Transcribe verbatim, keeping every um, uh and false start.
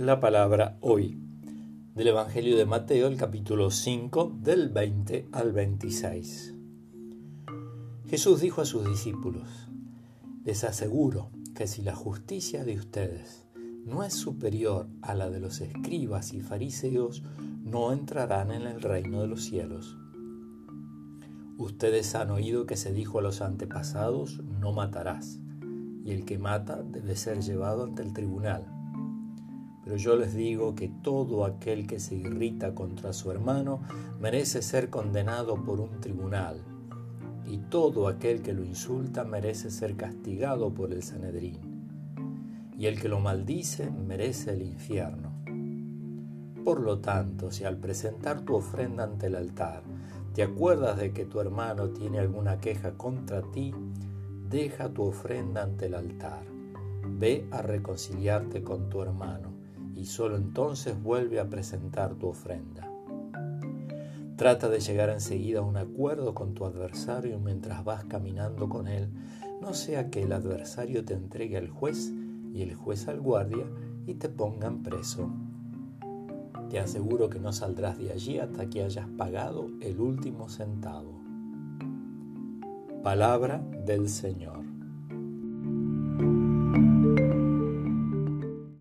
la palabra hoy, del Evangelio de Mateo, el capítulo cinco, del veinte al veintiséis. Jesús dijo a sus discípulos: les aseguro que si la justicia de ustedes no es superior a la de los escribas y fariseos, no entrarán en el reino de los cielos. Ustedes han oído que se dijo a los antepasados: no matarás, y el que mata debe ser llevado ante el tribunal. Pero yo les digo que todo aquel que se irrita contra su hermano merece ser condenado por un tribunal, y todo aquel que lo insulta merece ser castigado por el Sanedrín, y el que lo maldice merece el infierno. Por lo tanto, si al presentar tu ofrenda ante el altar te acuerdas de que tu hermano tiene alguna queja contra ti, deja tu ofrenda ante el altar, ve a reconciliarte con tu hermano, y solo entonces vuelve a presentar tu ofrenda. Trata de llegar enseguida a un acuerdo con tu adversario mientras vas caminando con él, no sea que el adversario te entregue al juez y el juez al guardia y te pongan preso. Te aseguro que no saldrás de allí hasta que hayas pagado el último centavo. Palabra del Señor.